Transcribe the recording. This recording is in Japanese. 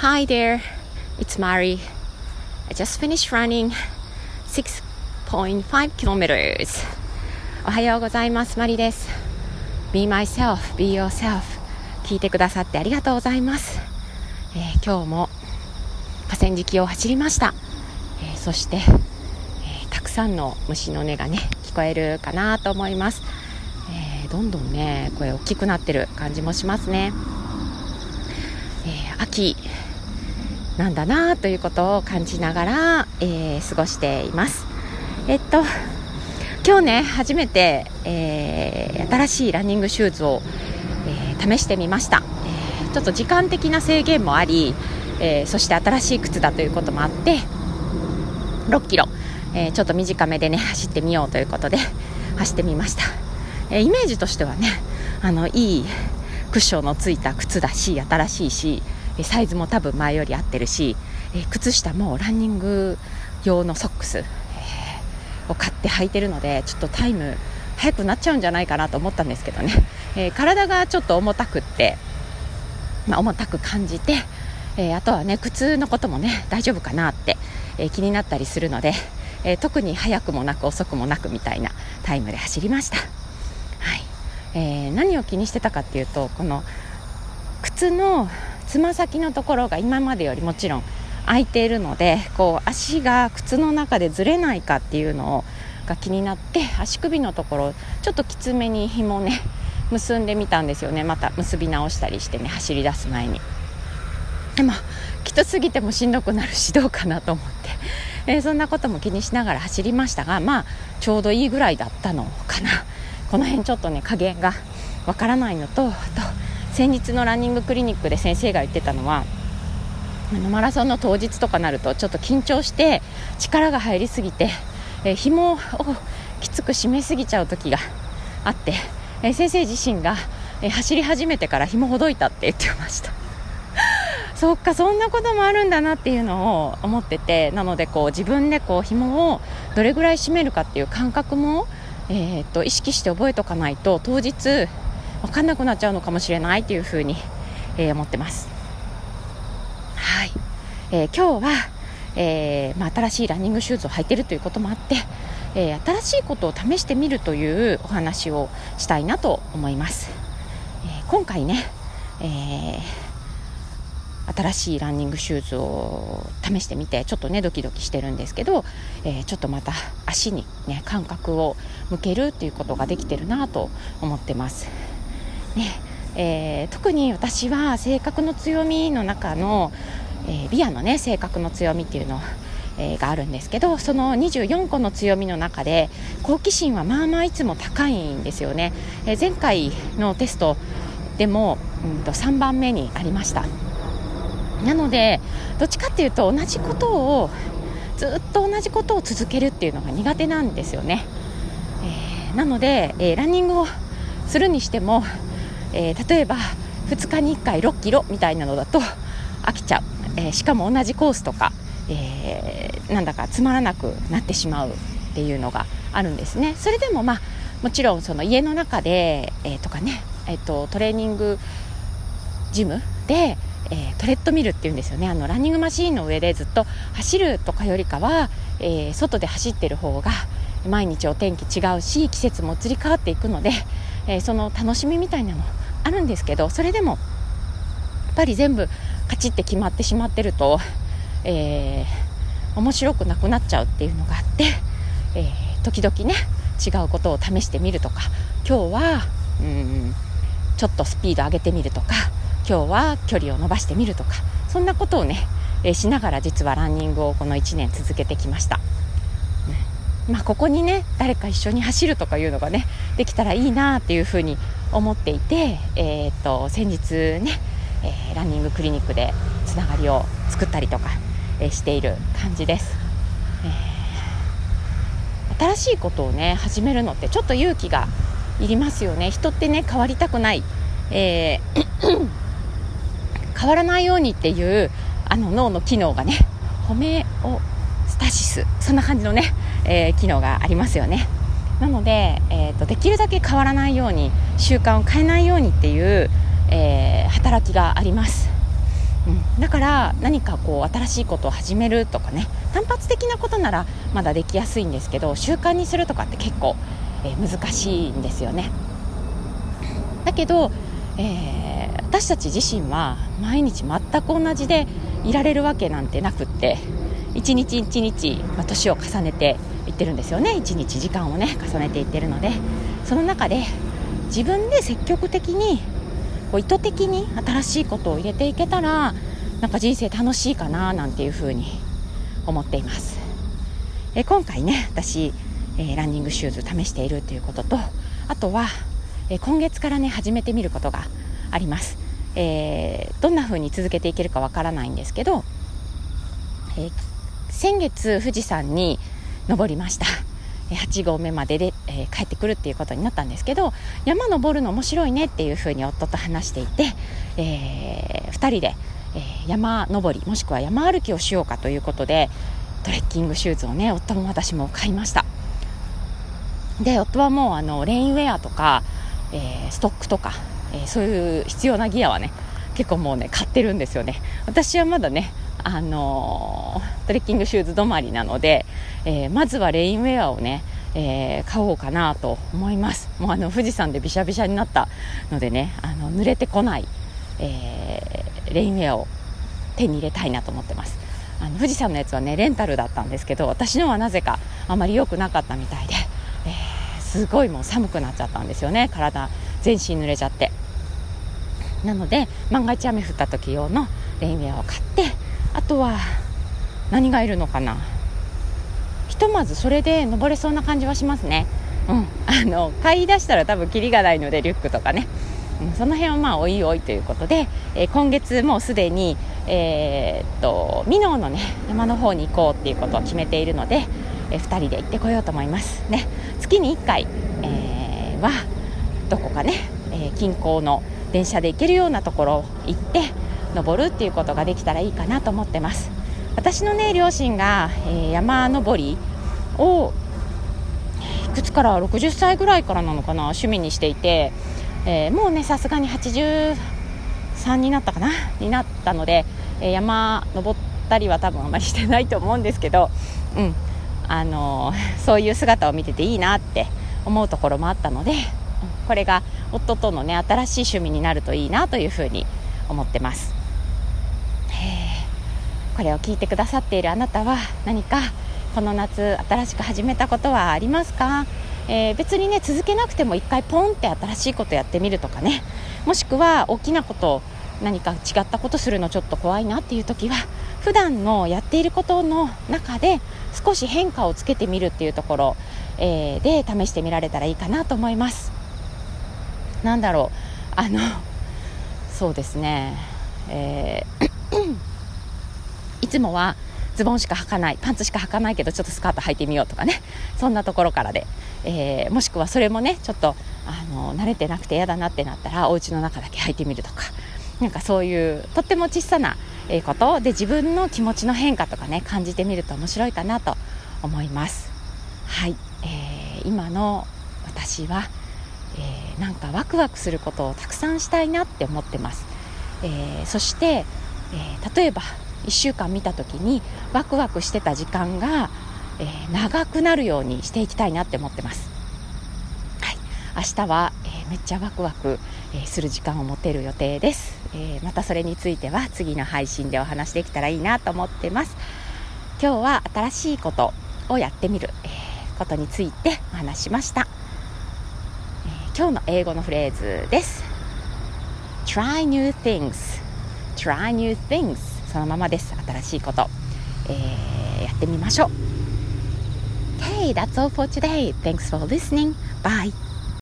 Hi there, it's Mari. I just finished running 6.5 kilometers. おはようございます。マリです。Be myself, be yourself. 聞いてくださってありがとうございます。今日も河川敷を走りました。そして、たくさんの虫の音がね聞こえるかなと思います。どんどんね声大きくなってる感じもしますね。秋なんだなということを感じながら、過ごしています。今日ね初めて、新しいランニングシューズを、試してみました。ちょっと時間的な制限もあり、そして新しい靴だということもあって6キロ、ちょっと短めでね走ってみようということで走ってみました。イメージとしてはねいいクッションのついた靴だし新しいしサイズも多分前より合ってるし、靴下もランニング用のソックス、を買って履いてるのでちょっとタイム速くなっちゃうんじゃないかなと思ったんですけどね、体がちょっと重たくって、重たく感じて、あとはね靴のこともね大丈夫かなって、気になったりするので、特に速くもなく遅くもなくみたいなタイムで走りました。何を気にしてたかっていうとこの靴のつま先のところが今までよりもちろん開いているのでこう足が靴の中でずれないかっていうのが気になって足首のところちょっときつめに紐をね結んでみたんですよね。また結び直したりしてね走り出す前にでもきつすぎてもしんどくなるしどうかなと思って、そんなことも気にしながら走りましたがちょうどいいぐらいだったのかな。この辺ちょっとね加減がわからないのとあと先日のランニングクリニックで先生が言ってたのはマラソンの当日とかなるとちょっと緊張して力が入りすぎて、紐をきつく締めすぎちゃう時があって、先生自身が、走り始めてから紐ほどいたって言ってました。そっかそんなこともあるんだなっていうのを思っててなのでこう自分でこう紐をどれぐらい締めるかっていう感覚も意識して覚えとかないと当日分かんなくなっちゃうのかもしれないというふうに、思ってます。はい、今日は、新しいランニングシューズを履いているということもあって、新しいことを試してみるというお話をしたいなと思います。今回ね、新しいランニングシューズを試してみてちょっとねドキドキしてるんですけど、ちょっとまた足にね感覚を向けるっていうことができてるなと思ってますね。特に私は性格の強みの中の、ビアのね性格の強みっていうのがあるんですけどその24個の強みの中で好奇心はいつも高いんですよね。前回のテストでも、3番目にありました。なのでどっちかっていうとずっと同じことを続けるっていうのが苦手なんですよね。なので、ランニングをするにしても、例えば2日に1回6キロみたいなのだと飽きちゃう、しかも同じコースとか、なんだかつまらなくなってしまうっていうのがあるんですね。それでももちろんその家の中で、とかね、トレーニングジムでトレッドミルっていうんですよね。ランニングマシーンの上でずっと走るとかよりかは、外で走ってる方が毎日お天気違うし季節も移り変わっていくので、その楽しみみたいなのあるんですけどそれでもやっぱり全部カチッて決まってしまってると、面白くなくなっちゃうっていうのがあって、時々ね違うことを試してみるとか今日はちょっとスピード上げてみるとか今日は距離を伸ばしてみるとかそんなことをね、しながら実はランニングをこの1年続けてきました。ここにね誰か一緒に走るとかいうのがねできたらいいなっていうふうに思っていて、先日ね、ランニングクリニックでつながりを作ったりとか、している感じです。新しいことをね始めるのってちょっと勇気がいりますよね。人ってね変わりたくない、変わらないようにっていう脳の機能がねホメオスタシスそんな感じのね、機能がありますよね。なので、できるだけ変わらないように習慣を変えないようにっていう、働きがあります。 だから何か新しいことを始めるとかね、単発的なことならまだできやすいんですけど、習慣にするとかって結構、難しいんですよね。だけど、私たち自身は毎日全く同じでいられるわけなんてなくって、一日一日、年を重ねていってるんですよね。一日時間をね重ねていってるので、その中で自分で積極的に意図的に新しいことを入れていけたら、なんか人生楽しいかななんていうふうに思っています。今回ね、私、ランニングシューズ試しているということと、あとは、今月からね始めてみることがあります。どんな風に続けていけるかわからないんですけど、先月富士山に登りました。8合目までで、帰ってくるっていうことになったんですけど、山登るの面白いねっていう風に夫と話していて、2人で、山登りもしくは山歩きをしようかということで、トレッキングシューズをね、夫も私も買いました。で、夫はもうレインウェアとか、ストックとか、そういう必要なギアはね結構もうね買ってるんですよね。私はまだね、トレッキングシューズ止まりなので、まずはレインウェアをね、買おうかなと思います。もう富士山でびしゃびしゃになったのでね、濡れてこない、レインウェアを手に入れたいなと思ってます。富士山のやつはねレンタルだったんですけど、私のはなぜかあまり良くなかったみたいで、すごいもう寒くなっちゃったんですよね。体全身濡れちゃって。なので万が一雨降った時用のレインウェアを買って、あとは何がいるのかな、ひとまずそれで登れそうな感じはしますね。買い出したら多分キリがないので、リュックとかね、その辺はおいおいということで、今月もうすでに、箕面のね山の方に行こうっていうことを決めているので、2人で行ってこようと思いますね。月に1回、はどこかね、近郊の電車で行けるようなところ行って登るっていうことができたらいいかなと思ってます。私のね両親が、山登りをいくつから60歳ぐらいからなのかな、趣味にしていて、もうねさすがに83になったかなになったので、山登ったりは多分あまりしてないと思うんですけど、そういう姿を見てていいなって思うところもあったので、これが夫とのね新しい趣味になるといいなというふうに思ってます。これを聞いてくださっているあなたは何かこの夏新しく始めたことはありますか？別にね続けなくても一回ポンって新しいことやってみるとかね、もしくは大きなこと何か違ったことするのちょっと怖いなっていう時は、普段のやっていることの中で少し変化をつけてみるっていうところ、で試してみられたらいいかなと思います。なんだろう、そうですね、いつもはズボンしか履かない、パンツしか履かないけどちょっとスカート履いてみようとかね、そんなところからで、もしくはそれもねちょっと慣れてなくて嫌だなってなったらお家の中だけ履いてみるとか、なんかそういうとっても小さなことで自分の気持ちの変化とかね感じてみると面白いかなと思います。はい、今の私は、なんかワクワクすることをたくさんしたいなって思ってます。そして、例えば1週間見た時にワクワクしてた時間が、長くなるようにしていきたいなって思ってます。はい、明日は、めっちゃワクワク、する時間を持てる予定です。またそれについては次の配信でお話できたらいいなと思ってます。今日は新しいことをやってみる、ことについてお話しました。今日の英語のフレーズです。 Try new things Try new things そのままです。新しいこと、やってみましょう。Okay, that's all for today. Thanks for listening. Bye.